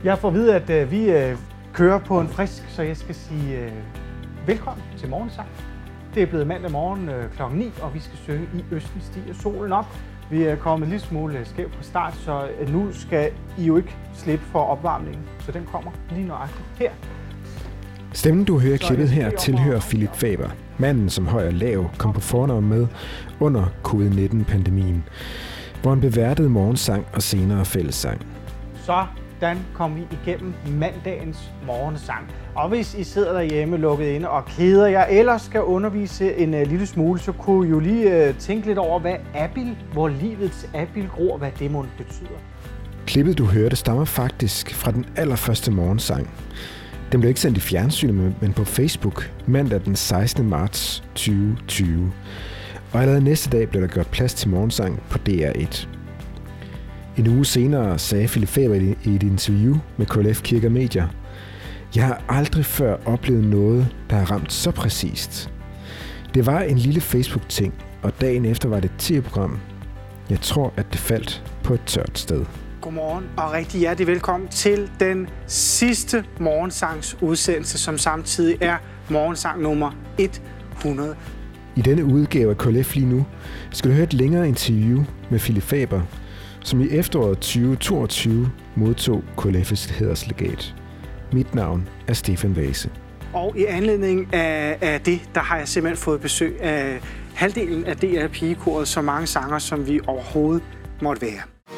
Jeg får at vide, at vi kører på en frisk, så jeg skal sige velkommen til morgensang. Det er blevet mandag morgen klokken 9, og vi skal synge I Østen stiger solen op. Vi er kommet en lille smule skævt fra start, så nu skal I jo ikke slippe for opvarmningen. Så den kommer lige nøjagtigt her. Stemmen, du hører klippet her, tilhører Philip Faber. Manden, som høj og lav kom på fornavn med under covid-19-pandemien, hvor han beværtede morgensang og senere fællessang. Sådan kom vi igennem mandagens morgensang. Og hvis I sidder derhjemme lukket inde og keder jer, eller skal undervise en lille smule, så kunne I jo lige tænke lidt over, hvad abil, hvor livets abil gror, hvad det måtte betyder. Klippet, du hørte, stammer faktisk fra den allerførste morgensang. Den blev ikke sendt i fjernsynet, men på Facebook mandag den 16. marts 2020. Og allerede næste dag blev der gjort plads til morgensang på DR1. En uge senere sagde Philip Faber i et interview med KLF Kirke og Medier: "Jeg har aldrig før oplevet noget, der har ramt så præcist. Det var en lille Facebook-ting, og dagen efter var det et TV-program. Jeg tror, at det faldt på et tørt sted." Godmorgen og rigtig hjertelig velkommen til den sidste morgensangsudsendelse, som samtidig er morgensang nummer 100. I denne udgave af KLF lige nu skal du høre et længere interview med Philip Faber, som i efteråret 2022 modtog KLF's hæderslegat. Mit navn er Stefan Vase. Og i anledning af det, der har jeg simpelthen fået besøg af halvdelen af DR Pigekoret, så mange sanger, som vi overhovedet måtte være.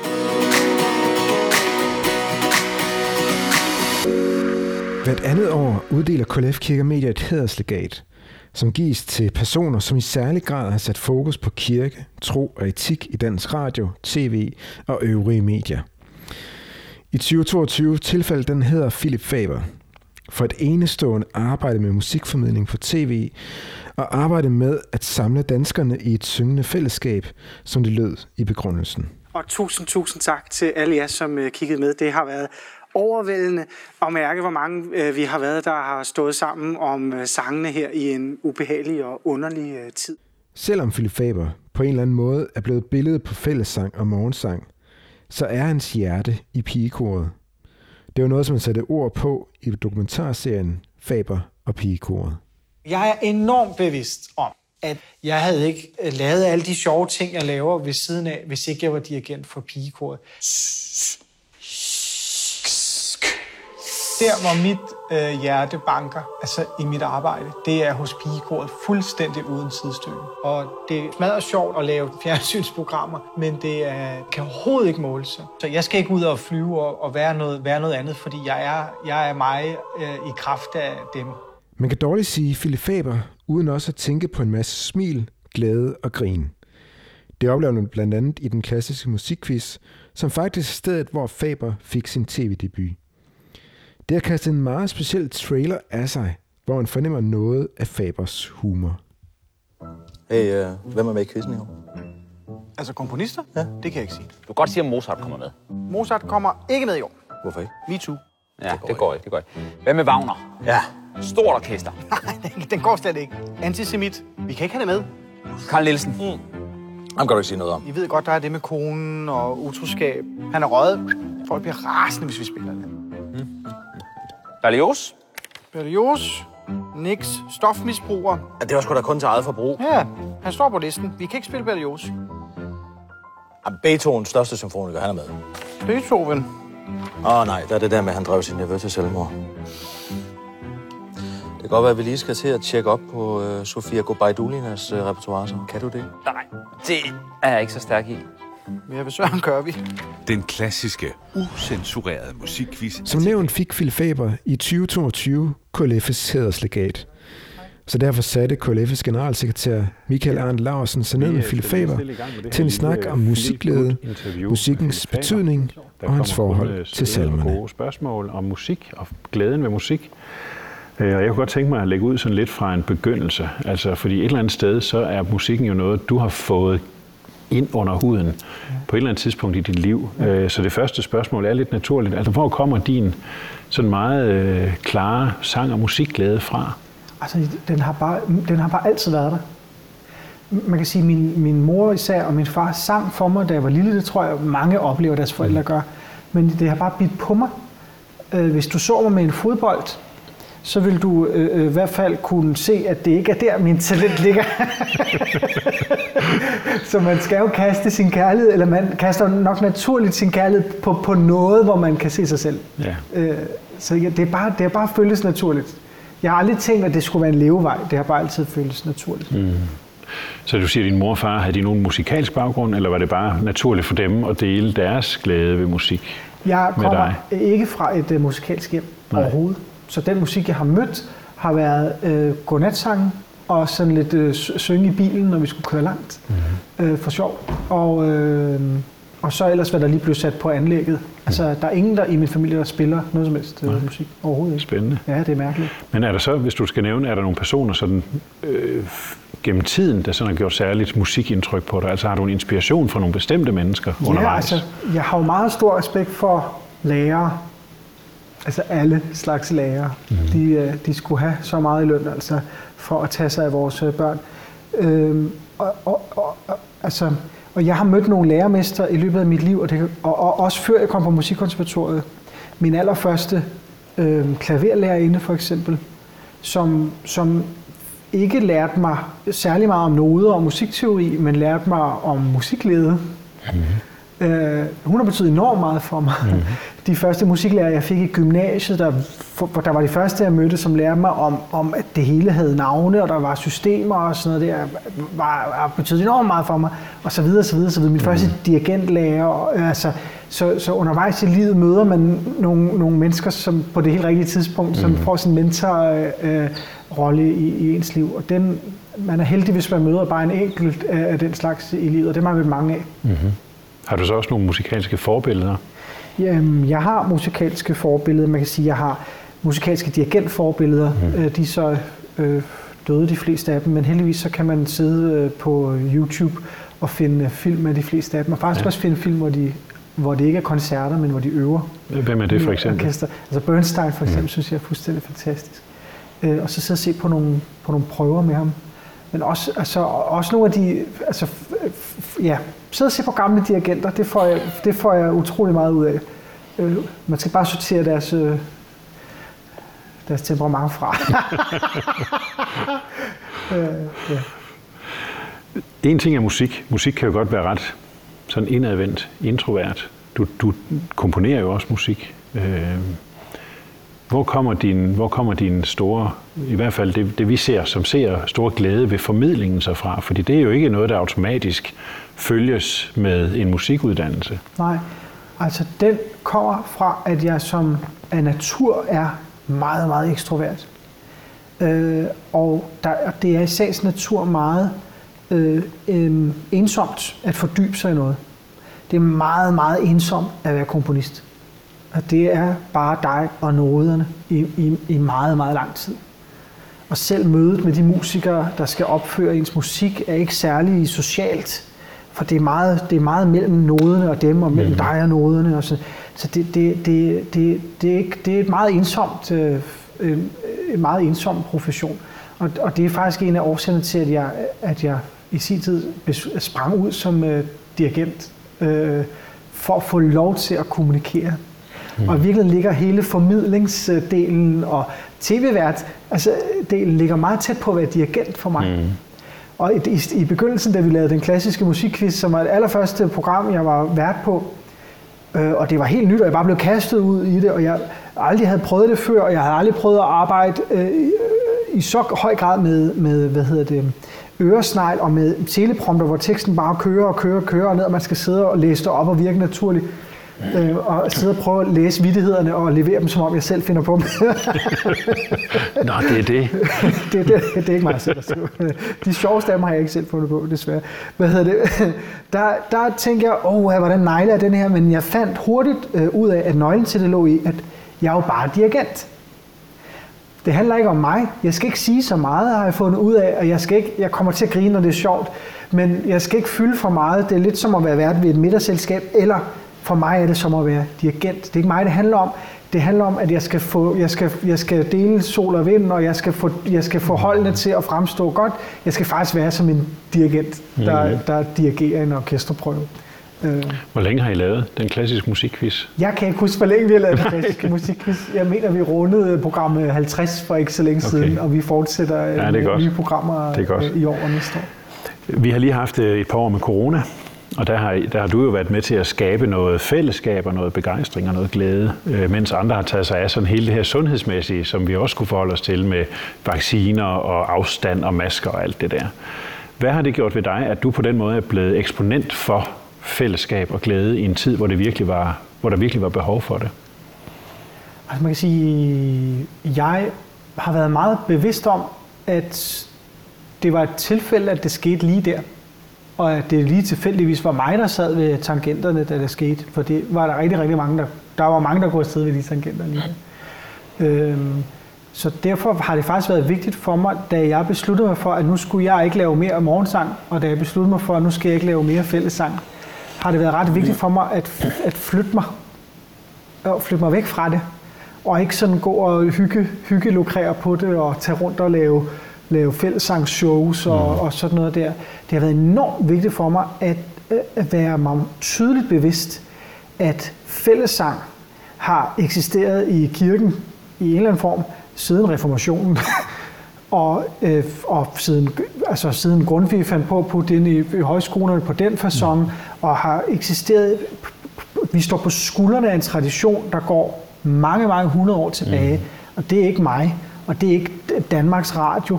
Hvert andet år uddeler KLF Kirke og Medier et hæderslegat, som gives til personer, som i særlig grad har sat fokus på kirke, tro og etik i dansk radio, tv og øvrige medier. I 2022 tilfaldt den hedder Philip Faber for et enestående arbejde med musikformidling på tv og arbejde med at samle danskerne i et syngende fællesskab, som det lød i begrundelsen. Og tusind tak til alle jer, som kiggede med. Det har været overvældende at mærke, hvor mange vi har været, der har stået sammen om sangene her i en ubehagelig og underlig tid. Selvom Philip Faber på en eller anden måde er blevet billedet på fællessang og morgensang, så er hans hjerte i pigekoret. Det var noget, som man satte ord på i dokumentarserien Faber og Pigekoret. Jeg er enormt bevidst om, at jeg havde ikke lavet alle de sjove ting, jeg laver ved siden af, hvis ikke jeg var dirigent for pigekoret. Der, hvor mit hjerte banker, altså i mit arbejde, det er hos pigekoret fuldstændig uden sidestykke. Og det er smadret sjovt at lave fjernsynsprogrammer, men det kan overhovedet ikke måle sig. Så jeg skal ikke ud og flyve og være noget andet, fordi jeg er mig i kraft af dem. Man kan dårligt sige Philip Faber, uden også at tænke på en masse smil, glæde og grin. Det oplever man blandt andet i den klassiske musikquiz, som faktisk er stedet, hvor Faber fik sin tv-debut. Det har kastet en meget speciel trailer af sig, hvor man fornemmer noget af Fabers humor. Hey, hvem er med i quizzen i år? Altså komponister? Ja. Det kan jeg ikke sige. Du kan godt sige, at Mozart kommer med. Mozart kommer ikke med i år. Hvorfor ikke? Me too. Ja, det går ikke. Hvad med Wagner? Ja. Stort orkester. Nej, den går slet ikke. Antisemit. Vi kan ikke have det med. Carl Nielsen. Ham kan du ikke sige noget om. I ved godt, der er det med konen og utroskab. Han er røget. Folk bliver rasende, hvis vi spiller det. Berlioz. Nix. Stofmisbruger. Ja, det var sgu da kun til eget forbrug. Ja, han står på listen. Vi kan ikke spille Berlioz. Ja, Beethovens største symfoniker, han er med. Beethoven. Nej, der er det der med, at han drev sin nevø til selvmord. Det kan godt være, at vi lige skal til at tjekke op på Sofia Gobaidulinas repertoire. Kan du det? Nej, det er jeg ikke så stærk i. Ja, hvad Søren gør vi? Den klassiske, usensurerede musikquiz. Som nævnt fik Philip Faber i 2022 KLF's hæderslegat. Så derfor satte KLF's generalsekretær Michael Arndt Laursen sig ned med Philip Faber til en snak om musikglæde, musikkens betydning og hans forhold til salmerne. Gode spørgsmål om musik og glæden ved musik. Og jeg kunne godt tænke mig at lægge ud sådan lidt fra en begyndelse. Altså, fordi et eller andet sted, så er musikken jo noget, du har fået ind under huden på et eller andet tidspunkt i dit liv. Så det første spørgsmål er lidt naturligt. Altså, hvor kommer din sådan meget klare sang- og musikglæde fra? Altså, den har bare altid været der. Man kan sige, at min mor især og min far sang for mig, da jeg var lille. Det tror jeg, mange oplever, deres forældre gør. Men det har bare bidt på mig. hvis du så mig med en fodbold, så vil du i hvert fald kunne se, at det ikke er der, min talent ligger. Så man skal jo kaste sin kærlighed, eller man kaster nok naturligt sin kærlighed på noget, hvor man kan se sig selv. Ja. Så det er bare føles naturligt. Jeg har aldrig tænkt, at det skulle være en levevej. Det har bare altid føles naturligt. Mm. Så du siger, at din mor og far, havde de nogen musikalsk baggrund, eller var det bare naturligt for dem at dele deres glæde ved musik med dig? Jeg kommer ikke fra et musikalsk hjem overhovedet. Så den musik, jeg har mødt, har været godnatsange og sådan lidt synge i bilen, når vi skulle køre langt for sjov. Og så ellers, hvad der lige blev sat på anlægget. Altså, der er ingen der i min familie, der spiller noget som helst musik overhovedet ikke. Spændende. Ja, det er mærkeligt. Men er der så, hvis du skal nævne, er der nogle personer sådan, gennem tiden, der sådan har gjort særligt musikindtryk på dig? Altså har du en inspiration fra nogle bestemte mennesker undervejs? Ja, altså, jeg har jo meget stor respekt for lærere. Altså alle slags lærere. De skulle have så meget i løn, altså, for at tage sig af vores børn. Og jeg har mødt nogle lærermestre i løbet af mit liv, og også før jeg kom på Musikkonservatoriet. Min allerførste klaverlærerinde for eksempel, som ikke lærte mig særlig meget om noder og musikteori, men lærte mig om musiklede. Hun har betydet enormt meget for mig. De første musiklærer, jeg fik i gymnasiet, der var de første, jeg mødte, som lærte mig om, at det hele havde navne, og der var systemer og sådan noget der, var betydet enormt meget for mig, og så videre, så videre, så videre. Min første dirigentlærer, altså, så undervejs i livet møder man nogle mennesker, som på det helt rigtige tidspunkt, som får sådan en mentorrolle i ens liv, og man er heldig, hvis man møder bare en enkelt af den slags i livet, og det har man vel mange af. Har du så også nogle musikalske forbilleder? Jeg har musikalske forbilleder. Man kan sige, at jeg har musikalske dirigentforbilleder. De er så døde, de fleste af dem, men heldigvis så kan man sidde på YouTube og finde film af de fleste af dem. Og faktisk også finde film, hvor det ikke er koncerter, men hvor de øver. Hvem er det for eksempel? Orkester. Altså Bernstein for eksempel, synes jeg er fuldstændig fantastisk. Og så sidde og se på nogle prøver med ham. Men også nogle af de, sidde og se på gamle dirigenter, det får jeg utrolig meget ud af. Man skal bare sortere deres temperament fra. En ting er musik. Musik kan jo godt være ret sådan indadvendt, introvert. Du komponerer jo også musik. Hvor kommer din store, i hvert fald det vi ser, som ser store glæde ved formidlingen sig fra? Fordi det er jo ikke noget, der automatisk følges med en musikuddannelse. Nej, altså den kommer fra, at jeg som af natur er meget, meget ekstrovert. Og det er i sagens natur meget ensomt at fordybe sig i noget. Det er meget, meget ensomt at være komponist. Og det er bare dig og noderne i meget, meget lang tid. Og selv mødet med de musikere, der skal opføre ens musik, er ikke særlig socialt. For det er meget mellem noderne og dem, og mellem dig og noderne. Og så det er et meget ensomt, en meget ensom profession. Og det er faktisk en af årsagerne til, at jeg i sin tid sprang ud som dirigent, for at få lov til at kommunikere. Og i virkeligheden ligger hele formidlingsdelen og tv-vært, altså delen ligger meget tæt på at være dirigent for mig. Og i begyndelsen, da vi lavede den klassiske musikquiz, som var det allerførste program, jeg var vært på, og det var helt nyt, og jeg bare blev kastet ud i det, og jeg aldrig havde prøvet det før, og jeg havde aldrig prøvet at arbejde i så høj grad med øresnegl og med teleprompter, hvor teksten bare kører ned, og man skal sidde og læse det op og virke naturligt. Og sidde og prøve at læse vittighederne og levere dem, som om jeg selv finder på dem. Nå, det er det. det er ikke mig selv, der skriver. De sjove stemmer har jeg ikke selv fundet på, desværre. Der tænker jeg, hvordan nejler jeg den her? Men jeg fandt hurtigt ud af, at nøglen til det lå i, at jeg er jo bare dirigent. Det handler ikke om mig. Jeg skal ikke sige så meget, har jeg fundet ud af, og jeg kommer til at grine, når det er sjovt. Men jeg skal ikke fylde for meget. Det er lidt som at være vært ved et middagsselskab, eller for mig er det som at være dirigent. Det er ikke mig, det handler om. Det handler om, at jeg skal dele sol og vind, og jeg skal få holdene til at fremstå godt. Jeg skal faktisk være som en dirigent, der dirigerer en orkesterprøve. Hvor længe har I lavet den klassiske musikquiz? Jeg kan ikke huske, hvor længe vi har lavet den klassiske musikquiz. Jeg mener, vi rundede program 50 for ikke så længe siden, og vi fortsætter nye programmer i år og næste år. Vi har lige haft et par år med corona, og der har du jo været med til at skabe noget fællesskab og noget begejstring og noget glæde, mens andre har taget sig af sådan hele det her sundhedsmæssige, som vi også skulle forholde os til med vacciner og afstand og masker og alt det der. Hvad har det gjort ved dig, at du på den måde er blevet eksponent for fællesskab og glæde i en tid, hvor der virkelig var behov for det? Altså man kan sige, jeg har været meget bevidst om, at det var et tilfælde, at det skete lige der. Og at det lige tilfældigvis var mig, der sad ved tangenterne, da det skete. For det var der rigtig, rigtig mange, der var mange, der kunne afsted ved de tangenter lige der. Så derfor har det faktisk været vigtigt for mig, da jeg besluttede mig for, at nu skulle jeg ikke lave mere morgensang, og da jeg besluttede mig for, at nu skal jeg ikke lave mere fællessang, har det været ret vigtigt for mig at flytte mig væk fra det, og ikke sådan gå og hyggelukrere på det, og tage rundt og lave fællessangsshows og sådan noget der. Det har været enormt vigtigt for mig at være mig tydeligt bevidst, at fællessang har eksisteret i kirken i en eller anden form siden reformationen. og siden Grundtvig fandt på at putte ind i højskolerne på den facon, og har eksisteret. Vi står på skuldrene af en tradition, der går mange, mange 100 år tilbage, og det er ikke mig, og det er ikke Danmarks Radio.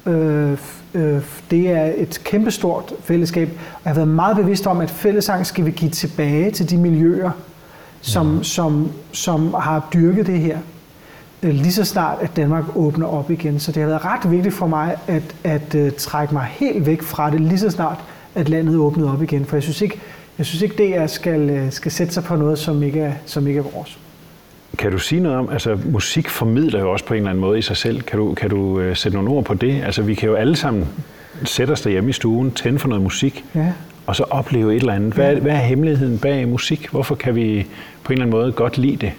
Det er et kæmpestort fællesskab, og jeg har været meget bevidst om, at fællessang skal vi give tilbage til de miljøer, som har dyrket det her, lige så snart at Danmark åbner op igen. Så det har været ret vigtigt for mig at trække mig helt væk fra det, lige så snart at landet åbnede op igen, for jeg synes ikke DR skal sætte sig på noget, som ikke er vores. Kan du sige noget om, altså musik formidler jo også på en eller anden måde i sig selv. Kan du sætte nogle ord på det? Altså vi kan jo alle sammen sætte os derhjemme i stuen, tænde for noget musik, og så opleve et eller andet. Hvad er hemmeligheden bag musik? Hvorfor kan vi på en eller anden måde godt lide det?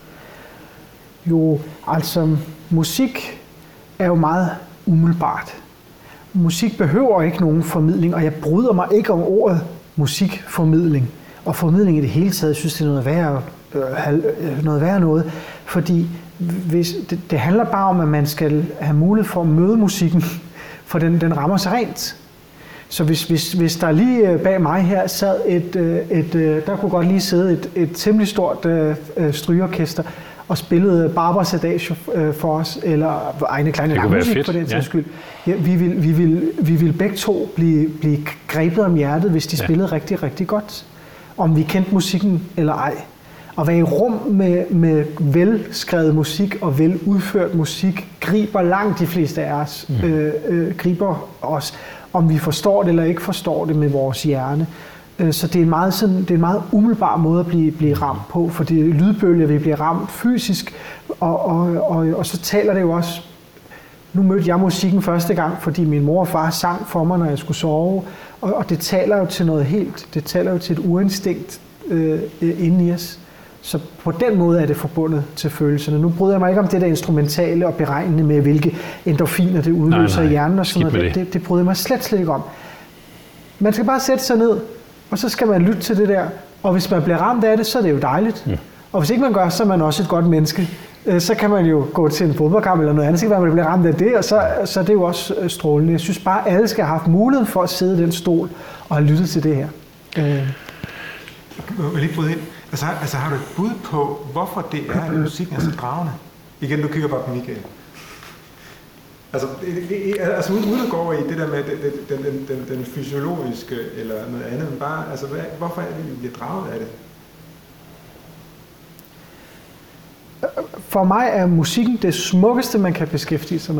Jo, altså musik er jo meget umiddelbart. Musik behøver ikke nogen formidling, og jeg bryder mig ikke om ordet musikformidling. Og formidling i det hele taget, jeg synes, det er noget værre noget. Fordi det handler bare om, at man skal have mulighed for at møde musikken, for den rammer sig rent. Så hvis der lige bag mig her sad der kunne godt lige sidde et temmelig stort strygeorkester og spillede Barbaras Adagio for os, eller egne kleine musik for den sags skyld. Ja, vi vil begge to blive grebet om hjertet, hvis de spillede rigtig, rigtig godt. Om vi kendte musikken eller ej. At være i rum med velskrevet musik og veludført musik griber langt de fleste af os. Griber os, om vi forstår det eller ikke forstår det med vores hjerne. Så det er en meget umiddelbar måde at blive ramt på, for det er lydbølger, vi bliver ramt fysisk, og så taler det jo også. Nu mødte jeg musikken første gang, fordi min mor og far sang for mig, når jeg skulle sove, og det taler jo til noget helt. Det taler jo til eturinstinkt inde i os. Så på den måde er det forbundet til følelserne. Nu bryder jeg mig ikke om det der instrumentale og beregnende med, hvilke endorfiner det udløser i hjernen og sådan noget. Det bryder jeg mig slet ikke om. Man skal bare sætte sig ned, og så skal man lytte til det der. Og hvis man bliver ramt af det, så er det jo dejligt. Og hvis ikke man gør, så er man også et godt menneske. Så kan man jo gå til en fodboldkamp eller noget andet, så kan man blive ramt af det, og så er det jo også strålende. Jeg synes bare, at alle skal have haft mulighed for at sidde i den stol og have lyttet til det her. Jeg vil lige bryde ind. Altså har du et bud på, hvorfor det er, at musikken er så dragende? Igen, du kigger bare på Michael. Altså uden at gå over i det der med den fysiologiske eller noget andet, men bare, altså hvorfor er det, at vi bliver draget af det? For mig er musikken det smukkeste, man kan beskæftige sig med.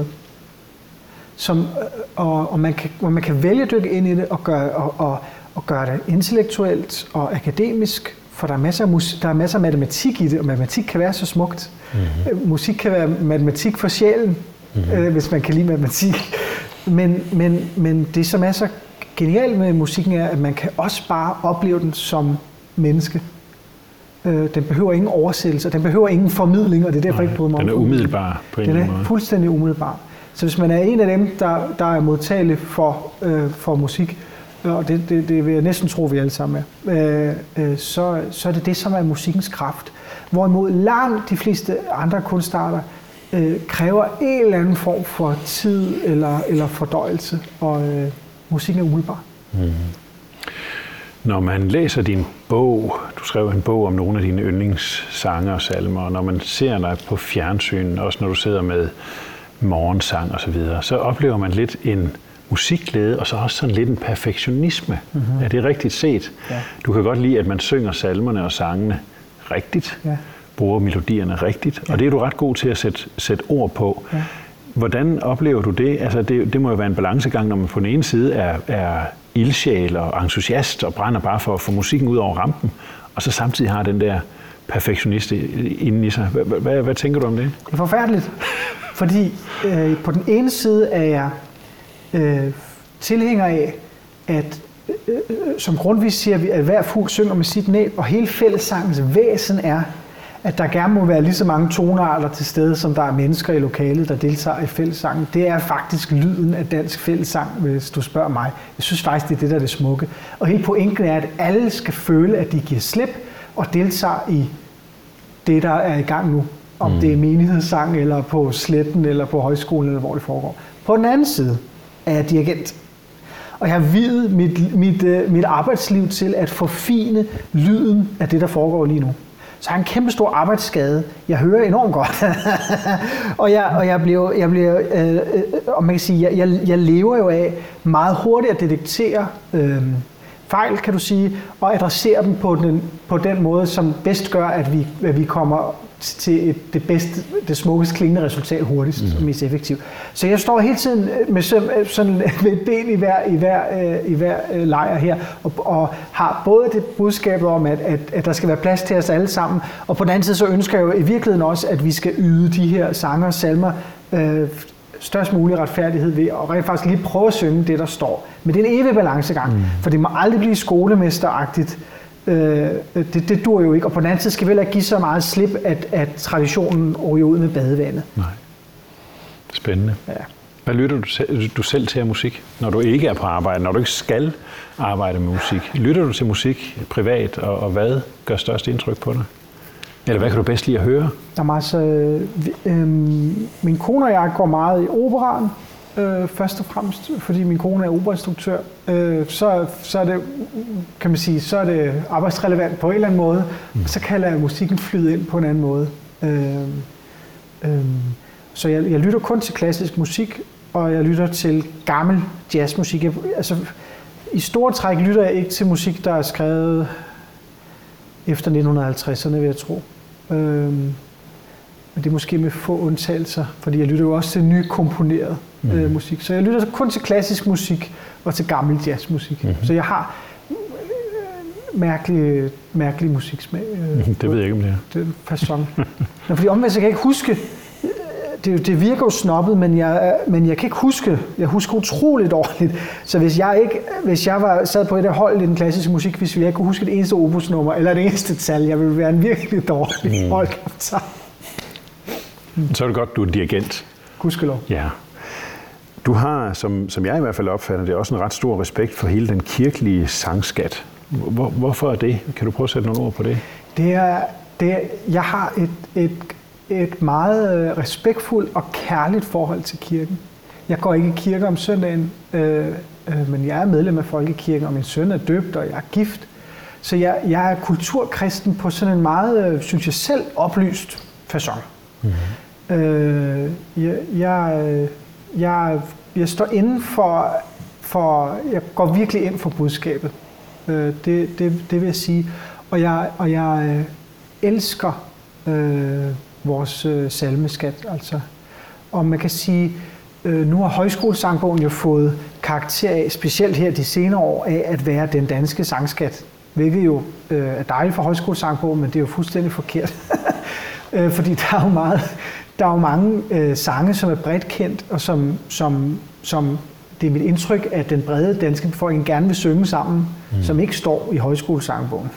Og man kan vælge at dykke ind i det og gøre det intellektuelt og akademisk, for der er masser af matematik i det, og matematik kan være så smukt. Musik kan være matematik for sjælen, hvis man kan lide matematik. Men det, som er så genialt med musikken, er, at man kan også bare opleve den som menneske. Den behøver ingen oversættelse, og den behøver ingen formidling, og det er derfor ikke bryder mig om. Den er umiddelbar på en eller anden måde. Den er fuldstændig umiddelbar. Så hvis man er en af dem, der er modtagelig for musik, og det vil jeg næsten tro, vi alle sammen er, så er det det, som er musikkens kraft. Hvorimod langt de fleste andre kunstarter kræver en eller anden form for tid eller fordøjelse, og musikken er umiddelbar. Når man læser din bog, du skrev en bog om nogle af dine yndlingssange og salmer, og når man ser dig på fjernsyn, også når du sidder med morgensang og så videre, så oplever man lidt en musikglæde, og så også sådan lidt en perfektionisme. Mm-hmm. Er det rigtigt set? Ja. Du kan godt lide, at man synger salmerne og sangene rigtigt, bruger melodierne rigtigt, og det er du ret god til at sætte ord på. Ja. Hvordan oplever du det? Altså det må jo være en balancegang, når man på den ene side er ildsjæl og entusiast og brænder bare for at få musikken ud over rampen, og så samtidig har den der perfektionist inden i sig. Hvad tænker du om det? Det er forfærdeligt, fordi på den ene side er jeg tilhænger af, at som Grundtvig siger, at hver fugl synger med sit næb, og hele fællessangens væsen er, at der gerne må være lige så mange tonarter til stede, som der er mennesker i lokalet, der deltager i fællessangen. Det er faktisk lyden af dansk fællessang, hvis du spørger mig. Jeg synes faktisk, det er det, der er det smukke. Og hele pointen er, at alle skal føle, at de giver slip og deltager i det, der er i gang nu. Om det er menighedssang, eller på sletten, eller på højskolen, eller hvor det foregår. På den anden side er jeg dirigent. Og jeg har viet mit arbejdsliv til at forfine lyden af det, der foregår lige nu. Så jeg har en kæmpe stor arbejdsskade. Jeg hører enormt godt. og man kan sige, jeg lever jo af meget hurtigt at detektere fejl, kan du sige, og adressere dem på den måde, som bedst gør, at vi kommer til det smukkest klingende resultat hurtigst og mest effektivt. Så jeg står hele tiden med et ben i hver lejr her, og har både det budskab om, at der skal være plads til os alle sammen, og på den anden side så ønsker jeg jo i virkeligheden også, at vi skal yde de her sanger og salmer størst mulig retfærdighed ved at rent faktisk lige prøve at synge det, der står. Men det er en evig balancegang, for det må aldrig blive skolemesteragtigt. Det dur jo ikke, og på den anden side skal vi heller ikke give så meget slip, at traditionen ryger ud med badevandet. Nej. Spændende. Ja. Hvad lytter du selv til af musik, når du ikke er på arbejde, når du ikke skal arbejde med musik? Lytter du til musik privat, og hvad gør størst indtryk på dig? Eller hvad kan du bedst lide at høre? Min kone og jeg går meget i operaen, først og fremmest, fordi min kone er operainstruktør. Så er det, kan man sige, så er det arbejdsrelevant på en eller anden måde, og så kan jeg lade musikken flyde ind på en anden måde. Så jeg lytter kun til klassisk musik, og jeg lytter til gammel jazzmusik. I store træk lytter jeg ikke til musik, der er skrevet efter 1950'erne, vil jeg tro. Men det er måske med få undtagelser, fordi jeg lytter jo også til nykomponeret musik. Så jeg lytter kun til klassisk musik og til gammel jazzmusik. Så jeg har mærkelig musiksmag. Det ved jeg ikke, om det er. Det er fasong. Fordi omvendt, så kan jeg ikke huske. Det virker jo snobbet, men jeg kan ikke huske. Jeg husker utroligt dårligt. Så hvis jeg sad på et hold i den klassiske musik, hvis jeg ikke kunne huske det eneste opusnummer eller det eneste tal, jeg ville være en virkelig dårlig holdkaptajn. Så er det godt, du er dirigent. Gudskelov. Ja. Du har, som jeg i hvert fald opfatter det, også en ret stor respekt for hele den kirkelige sangskat. Hvorfor er det? Kan du prøve at sætte nogle ord på det? Jeg har et meget respektfuldt og kærligt forhold til kirken. Jeg går ikke i kirke om søndagen, men jeg er medlem af folkekirken, og min søn er døbt, og jeg er gift. Så jeg er kulturkristen på sådan en meget, synes jeg selv, oplyst facon. Jeg står inden for jeg går virkelig ind for budskabet. Det vil jeg sige. Og jeg elsker vores salmeskat. Altså. Og man kan sige, nu har Højskolesangbogen jo fået karakter af, specielt her de senere år, af at være den danske sangskat. Hvilket jo er dejligt for Højskolesangbogen, men det er jo fuldstændig forkert. Fordi der er jo mange sange, som er bredt kendt, og som det er mit indtryk, at den brede danske befolkning gerne vil synge sammen, som ikke står i Højskolesangbogen.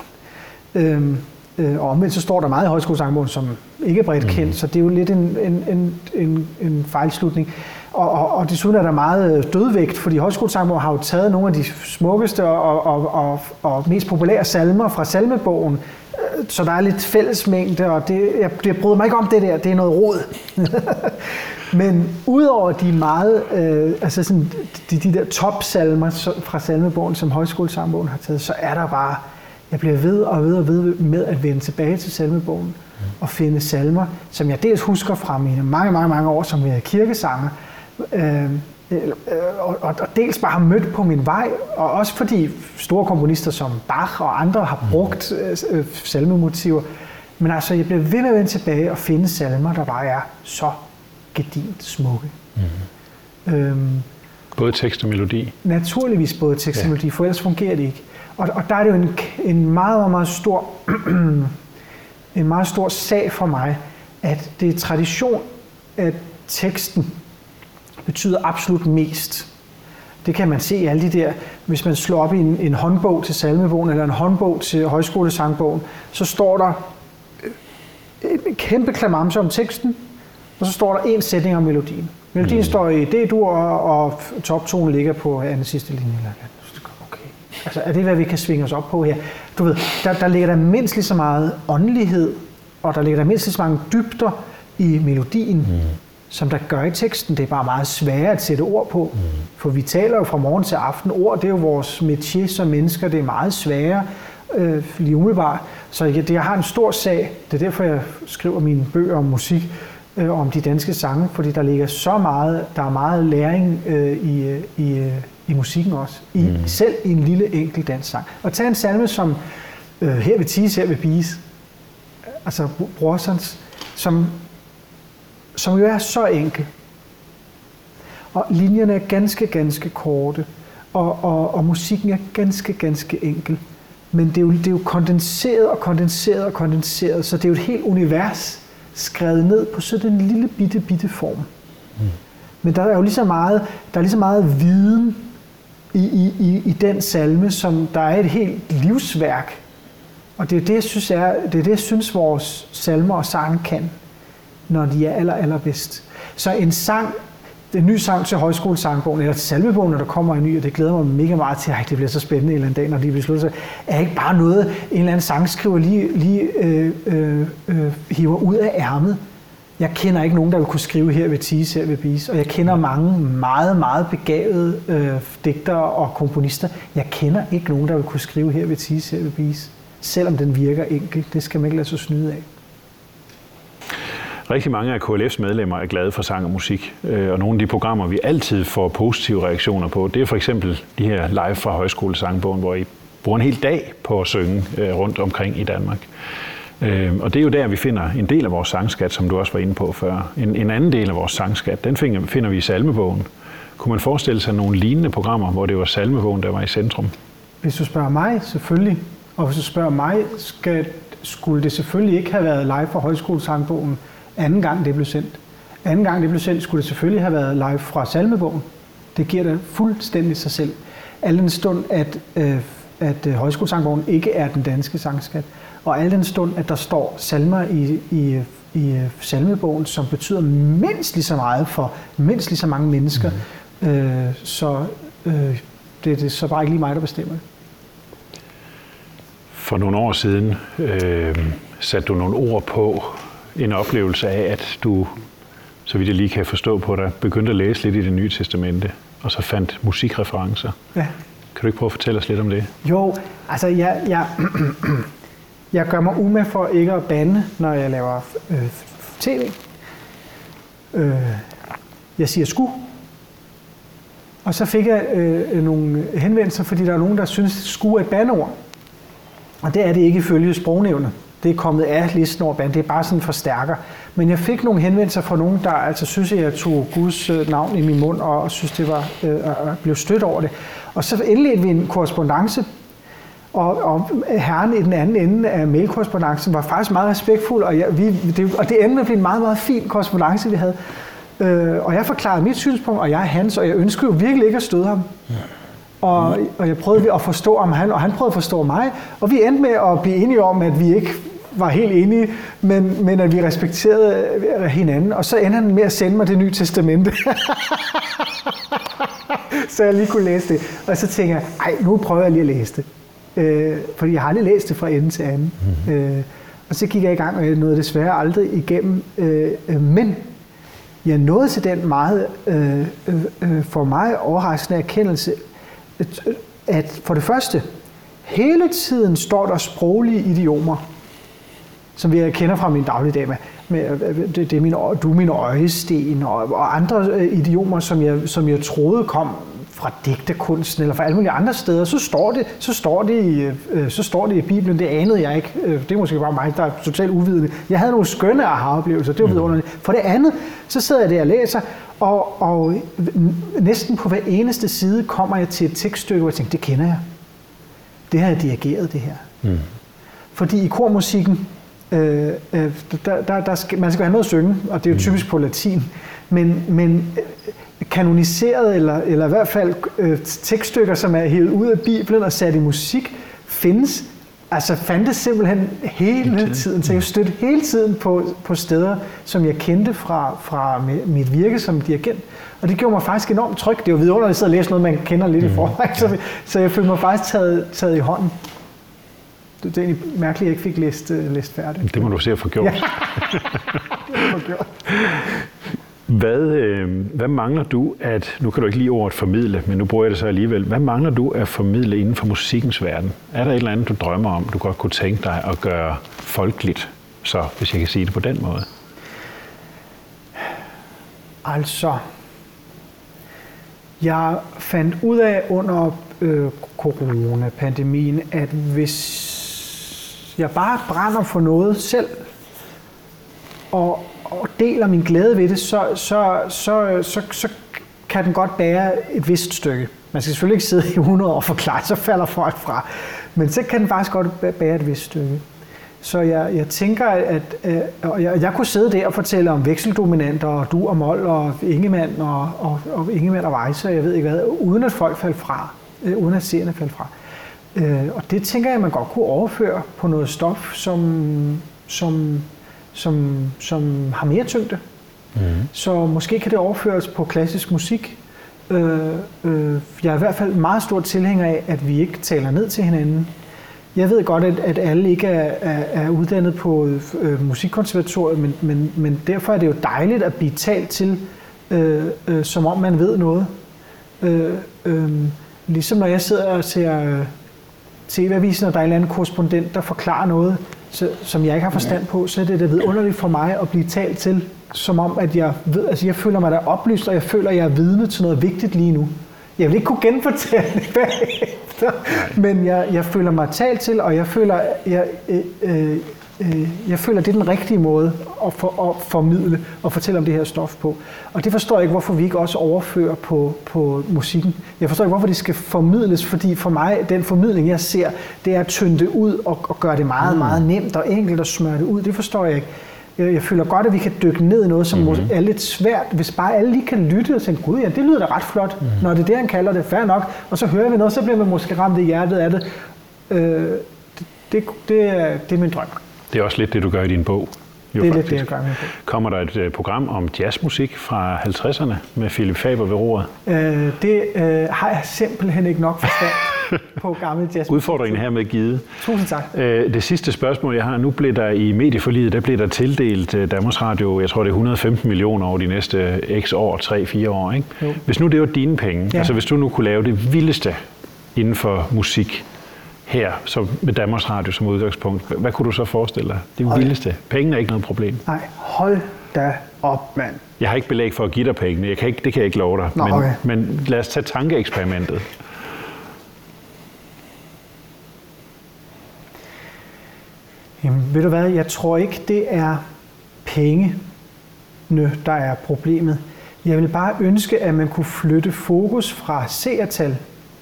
Og omvendt så står der meget i Højskolesangbogen, som ikke er bredt kendt, så det er jo lidt en fejlslutning. Og desuden er der meget dødvægt, fordi Højskolesangbogen har jo taget nogle af de smukkeste og mest populære salmer fra salmebogen, så der er lidt fællesmængde, og jeg bryder mig ikke om det der, det er noget rod. Men udover de meget, altså sådan, de der topsalmer fra salmebogen, som Højskolesangbogen har taget, så er der bare, jeg bliver ved og ved med at vende tilbage til salmebogen og finde salmer, som jeg dels husker fra mine mange år som kirkesanger, og dels bare har mødt på min vej, og også fordi store komponister som Bach og andre har brugt salmemotiver. Men altså, jeg bliver ved med at vende tilbage og finde salmer, der bare er så gedint smukke. Både tekst og melodi? Naturligvis både tekst og melodi, for ellers fungerer det ikke. Og der er det jo en meget stor, en meget stor sag for mig, at det er tradition, at teksten betyder absolut mest. Det kan man se i alle de der, hvis man slår op i en håndbog til salmebogen eller en håndbog til Højskolesangbogen, så står der en kæmpe klamamse om teksten, og så står der en sætning om melodien. Melodien står i D-dur, og toptonen ligger på anden sidste linje. Okay. Altså, er det, hvad vi kan svinge os op på her? Du ved, der ligger der mindst lige så meget åndelighed, og der ligger der mindst lige så mange dybder i melodien, som der gør i teksten. Det er bare meget sværere at sætte ord på. For vi taler jo fra morgen til aften. Ord, det er jo vores métier som mennesker. Det er meget sværere lige umiddelbart. Så jeg har en stor sag. Det er derfor, jeg skriver mine bøger om musik, om de danske sange, fordi der ligger så meget, der er meget læring i musikken også. Selv i en lille enkelt dansk sang. Og tage en salme som Her ved Ties, her ved Bies, altså Brorsons, som jo er så enkel. Og linjerne er ganske korte, og musikken er ganske enkel. Men det er jo kondenseret, så det er jo et helt univers skrevet ned på sådan en lille bitte form. Men der er jo lige så meget viden i den salme, som der er et helt livsværk. Og det er det, jeg synes, vores salmer og sange kan, når de er allerbedst. Så en ny sang til Højskolesangbogen, eller til salmebogen, når der kommer en ny, og det glæder mig mega meget til, det bliver så spændende en eller anden dag, når de beslutter sig, er ikke bare noget, en eller anden sangskriver lige hiver ud af ærmet. Jeg kender ikke nogen, der vil kunne skrive Her ved Ties, her ved Bies, og jeg kender mange meget begavede digtere og komponister. Jeg kender ikke nogen, der vil kunne skrive Her ved Ties, her ved Bies, selvom den virker enkel. Det skal man ikke lade sig snyde af. Rigtig mange af KLF's medlemmer er glade for sang og musik, og nogle af de programmer, vi altid får positive reaktioner på, det er for eksempel de her live fra Højskolesangbogen, hvor I bruger en hel dag på at synge rundt omkring i Danmark. Og det er jo der, vi finder en del af vores sangskat, som du også var inde på før. En anden del af vores sangskat, den finder vi i salmebogen. Kunne man forestille sig nogle lignende programmer, hvor det var salmebogen, der var i centrum? Hvis du spørger mig, selvfølgelig. Og hvis du spørger mig, skulle det selvfølgelig ikke have været live fra Højskolesangbogen, anden gang det blev sendt. Anden gang det blev sendt, skulle det selvfølgelig have været live fra salmebogen. Det giver det fuldstændig sig selv. Al den stund, at Højskolesangbogen ikke er den danske sangskat, og al den stund, at der står salmer i salmebogen, som betyder mindst lige så meget for mindst lige så mange mennesker, så det er så bare ikke lige mig, der bestemmer det. For nogle år siden satte du nogle ord på en oplevelse af, at du, så vidt jeg lige kan forstå på dig, begyndte at læse lidt i Det Nye Testamente, og så fandt musikreferencer. Ja. Kan du ikke prøve at fortælle os lidt om det? Jo, altså jeg gør mig umage for ikke at bande, når jeg laver tv. Jeg siger sku. Og så fik jeg nogle henvendelser, fordi der er nogen, der synes, at sku er et bandeord. Og det er det ikke ifølge Sprognævnet. Det er kommet af listen over band. Det er bare sådan en forstærker. Men jeg fik nogle henvendelser fra nogen, der altså synes, at jeg tog Guds navn i min mund, og synes, det var blev stødt over det. Og så indledte vi en korrespondance, og herren i den anden ende af mailkorrespondancen var faktisk meget respektfuld, og det endte med at blive en meget fin korrespondance, vi havde. Og jeg forklarede mit synspunkt, og jeg er hans, og jeg ønskede jo virkelig ikke at støde ham. Og jeg prøvede at forstå om han, og han prøvede at forstå mig, og vi endte med at blive enige om, at vi ikke var helt enige, men at vi respekterede hinanden. Og så endte han med at sende mig det Nye Testamente. Så jeg lige kunne læse det. Og så tænker jeg, nu prøver jeg lige at læse det. Fordi jeg har aldrig læst det fra ende til anden. Og så gik jeg i gang, og jeg nåede desværre aldrig igennem. Men jeg nåede til den meget for mig overraskende erkendelse, at for det første, hele tiden står der sproglige idiomer, som jeg kender fra min dagligdag det er du er min øjesten, og andre idiomer, som jeg troede kom fra digtekunsten eller fra alle mulige andre steder, så står det i Bibelen. Det anede jeg ikke. Det er måske bare mig, der er totalt uvidende. Jeg havde nogle skønne aha-oplevelser. Det var vidunderligt. For det andet, så sidder jeg der og læser, og næsten på hver eneste side kommer jeg til et tekststykke, hvor jeg tænker, det kender jeg. Det har jeg dirigeret, det her. Fordi i kormusikken, man skal have noget at synge, og det er jo typisk på latin, men kanoniseret, eller i hvert fald tekststykker, som er hævet ud af Bibelen og sat i musik, fandtes simpelthen hele tiden. Så jeg stødte hele tiden på steder, som jeg kendte fra mit virke som dirigent. Og det gjorde mig faktisk enormt tryg. Det er jo vidunderligt at sidde og læse noget, man kender lidt i forvejen. Så jeg følte mig faktisk taget i hånden. Det er egentlig mærkeligt, at jeg ikke fik læst færdigt. Det må du se at få gjort. Ja. Det må du gjort. Hvad mangler du nu kan du ikke lide ordet formidle, men nu bruger jeg det så alligevel. Hvad mangler du at formidle inden for musikkens verden? Er der et eller andet, du drømmer om, du godt kunne tænke dig at gøre folkeligt, så hvis jeg kan sige det på den måde? Altså, jeg fandt ud af under coronapandemien, at hvis jeg bare brænder for noget selv, og deler min glæde ved det, så kan den godt bære et vist stykke. Man skal selvfølgelig ikke sidde i 100 år og forklare, så falder folk fra. Men så kan den faktisk godt bære et vist stykke. Så jeg tænker, at jeg kunne sidde der og fortælle om vekseldominanter, og dur og mol, og Ingemann og Ingemann og Weisse, jeg ved ikke hvad, uden at folk faldt fra, uden at seerne faldt fra. Og det tænker jeg, man godt kunne overføre på noget stof, som har mere tyngde. Så måske kan det overføres på klassisk musik. Jeg er i hvert fald meget stor tilhænger af, at vi ikke taler ned til hinanden. Jeg ved godt, at alle ikke er uddannet på musikkonservatoriet, men derfor er det jo dejligt at blive talt til, som om man ved noget. Ligesom når jeg sidder og ser TV-avisen, og der er en eller anden korrespondent, der forklarer noget, som jeg ikke har forstand på, så er det vidunderligt for mig at blive talt til, som om, at jeg ved, altså jeg føler mig da oplyst, og jeg føler, at jeg er vidne til noget vigtigt lige nu. Jeg vil ikke kunne genfortælle det bagefter, men jeg føler mig talt til, og jeg føler, det er den rigtige måde at formidle og fortælle om det her stof på. Og det forstår jeg ikke, hvorfor vi ikke også overfører på musikken. Jeg forstår ikke, hvorfor det skal formidles, fordi for mig, den formidling, jeg ser, det er at tynde det ud og gøre det meget, meget nemt og enkelt at smøre det ud. Det forstår jeg ikke. Jeg føler godt, at vi kan dykke ned i noget, som er lidt svært. Hvis bare alle lige kan lytte og tænke, gud ja, det lyder da ret flot. Når det er det, han kalder det, fair nok. Og så hører vi noget, så bliver man måske ramt i hjertet af det. Det er min drøm. Det er også lidt det, du gør i din bog. Jo, det er lidt det, jeg gør i min bog. Kommer der et program om jazzmusik fra 50'erne med Philip Faber ved roret? Det har jeg simpelthen ikke nok forstand på gammel jazzmusik. Udfordringen her med givet. Tusind tak. Det sidste spørgsmål, jeg har. Nu blev der i medieforliget, der blev der tildelt Danmarks Radio, jeg tror det er 115 millioner over de næste x år, 3-4 år. Ikke? Hvis nu det var dine penge, altså hvis du nu kunne lave det vildeste inden for musik, her, så med Danmarks Radio som udgangspunkt, hvad kunne du så forestille dig? Det er jo vildeste. Penge er ikke noget problem. Nej, hold da op, mand. Jeg har ikke belæg for at give dig pengene. Det kan jeg ikke love dig. Men lad os tage tankeeksperimentet. Jamen, ved du hvad? Jeg tror ikke, det er pengene, der er problemet. Jeg vil bare ønske, at man kunne flytte fokus fra seertal.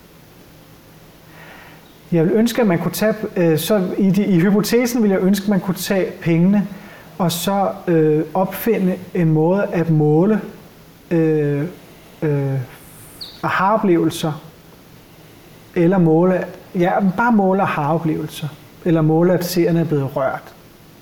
Jeg vil ønske, at man kunne tage, så i hypotesen vil jeg ønske, at man kunne tage pengene og så opfinde en måde at måle aha-oplevelser, eller bare måle aha-oplevelser, eller måle, at seerne er blevet rørt,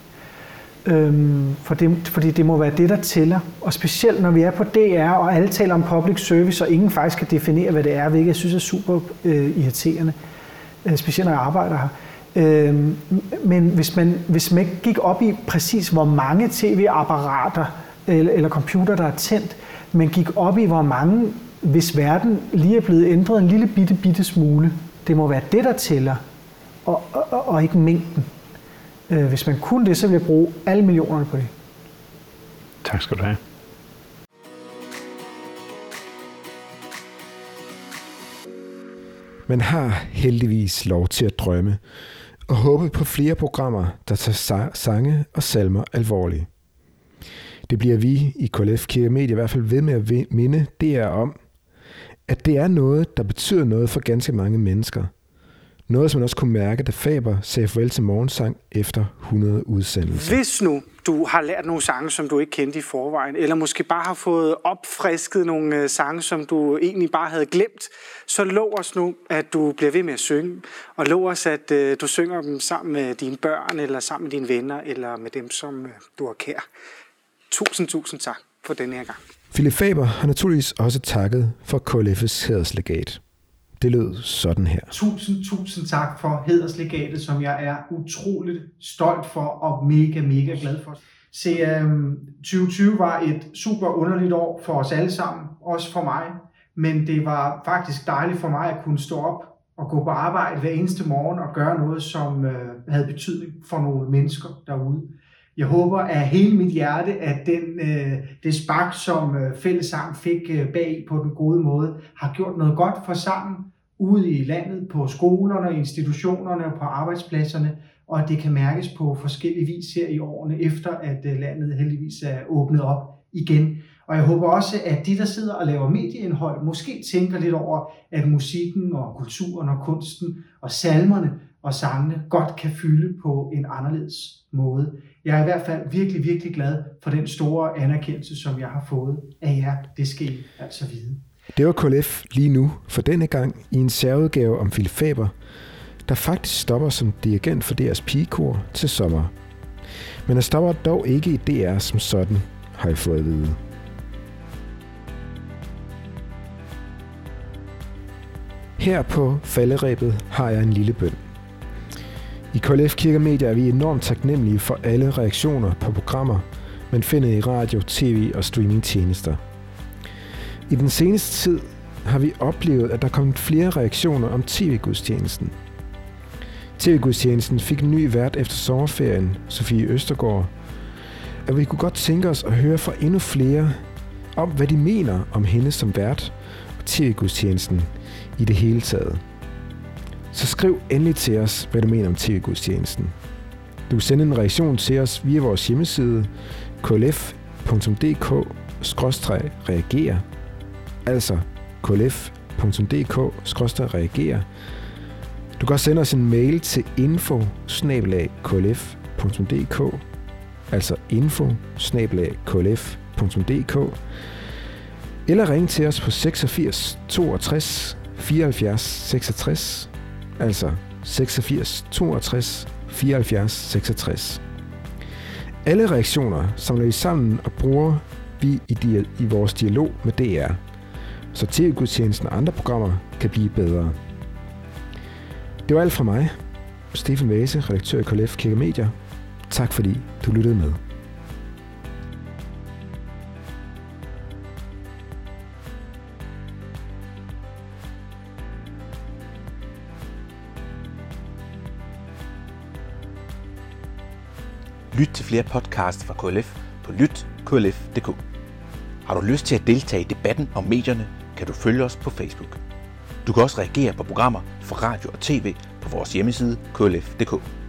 Fordi det må være det, der tæller. Og specielt når vi er på DR, og alle taler om public service, og ingen faktisk kan definere, hvad det er, hvilket jeg synes er super irriterende. Specielt når jeg arbejder her. Men hvis man ikke gik op i præcis, hvor mange tv-apparater eller computer, der er tændt, men gik op i, hvor mange, hvis verden lige er blevet ændret en lille bitte smule, det må være det, der tæller, og ikke mængden. Hvis man kunne det, så ville jeg bruge alle millionerne på det. Tak skal du have. Man har heldigvis lov til at drømme og håbe på flere programmer, der tager sange og salmer alvorligt. Det bliver vi i KLF Kirke Media i hvert fald ved med at minde DR om, at det er noget, der betyder noget for ganske mange mennesker. Noget, som man også kunne mærke, da Faber sagde farvel til morgensang efter 100 udsendelser. Hvis nu du har lært nogle sange, som du ikke kendte i forvejen, eller måske bare har fået opfrisket nogle sange, som du egentlig bare havde glemt, så lov os nu, at du bliver ved med at synge, og lov os, at du synger dem sammen med dine børn, eller sammen med dine venner, eller med dem, som du har kær. Tusind tak for denne her gang. Philip Faber har naturligvis også takket for KLF's hæderslegat. Det lød sådan her. Tusind tak for hæderslegatet, som jeg er utroligt stolt for og mega glad for. 2020 var et super underligt år for os alle sammen, også for mig. Men det var faktisk dejligt for mig at kunne stå op og gå på arbejde hver eneste morgen og gøre noget, som havde betydning for nogle mennesker derude. Jeg håber af hele mit hjerte, at det spark, som fællessang fik bag på den gode måde, har gjort noget godt for sangen ude i landet, på skolerne, institutionerne og på arbejdspladserne, og at det kan mærkes på forskellige vis her i årene efter, at landet heldigvis er åbnet op igen. Og jeg håber også, at de, der sidder og laver medieindhold, måske tænker lidt over, at musikken og kulturen og kunsten og salmerne og sangene godt kan fylde på en anderledes måde. Jeg er i hvert fald virkelig glad for den store anerkendelse, som jeg har fået af jer. Det skal I altså vide. Det var KLF lige nu for denne gang i en særudgave om Philip Faber, der faktisk stopper som dirigent for DR's pigekor til sommer. Men han stopper dog ikke i DR som sådan, har jeg fået at vide. Her på falderebet har jeg en lille bøn. I KLF Kirke Media er vi enormt taknemmelige for alle reaktioner på programmer, man finder i radio, tv og streamingtjenester. I den seneste tid har vi oplevet, at der er kommet flere reaktioner om tv-gudstjenesten. TV-gudstjenesten fik en ny vært efter sommerferien, Sofie Østergaard, og vi kunne godt tænke os at høre fra endnu flere om, hvad de mener om hende som vært og tv-gudstjenesten i det hele taget. Så skriv endelig til os, hvad du mener om tv-gudstjenesten. Du kan sende en reaktion til os via vores hjemmeside klf.dk/reagere, altså klf.dk/reagere. Du kan også sende os en mail til info@klf.dk, altså info@klf.dk, eller ring til os på 86 62 74 66, altså 86 62 74 66. Alle reaktioner samler vi sammen og bruger vi i vores dialog med DR, så TV-gudstjenesten og andre programmer kan blive bedre. Det var alt fra mig, Stefan Vase, redaktør i KLF Kirke Media. Tak fordi du lyttede med. Lyt til flere podcasts fra KLF på lytklf.dk. Har du lyst til at deltage i debatten om medierne, kan du følge os på Facebook. Du kan også reagere på programmer fra radio og tv på vores hjemmeside klf.dk.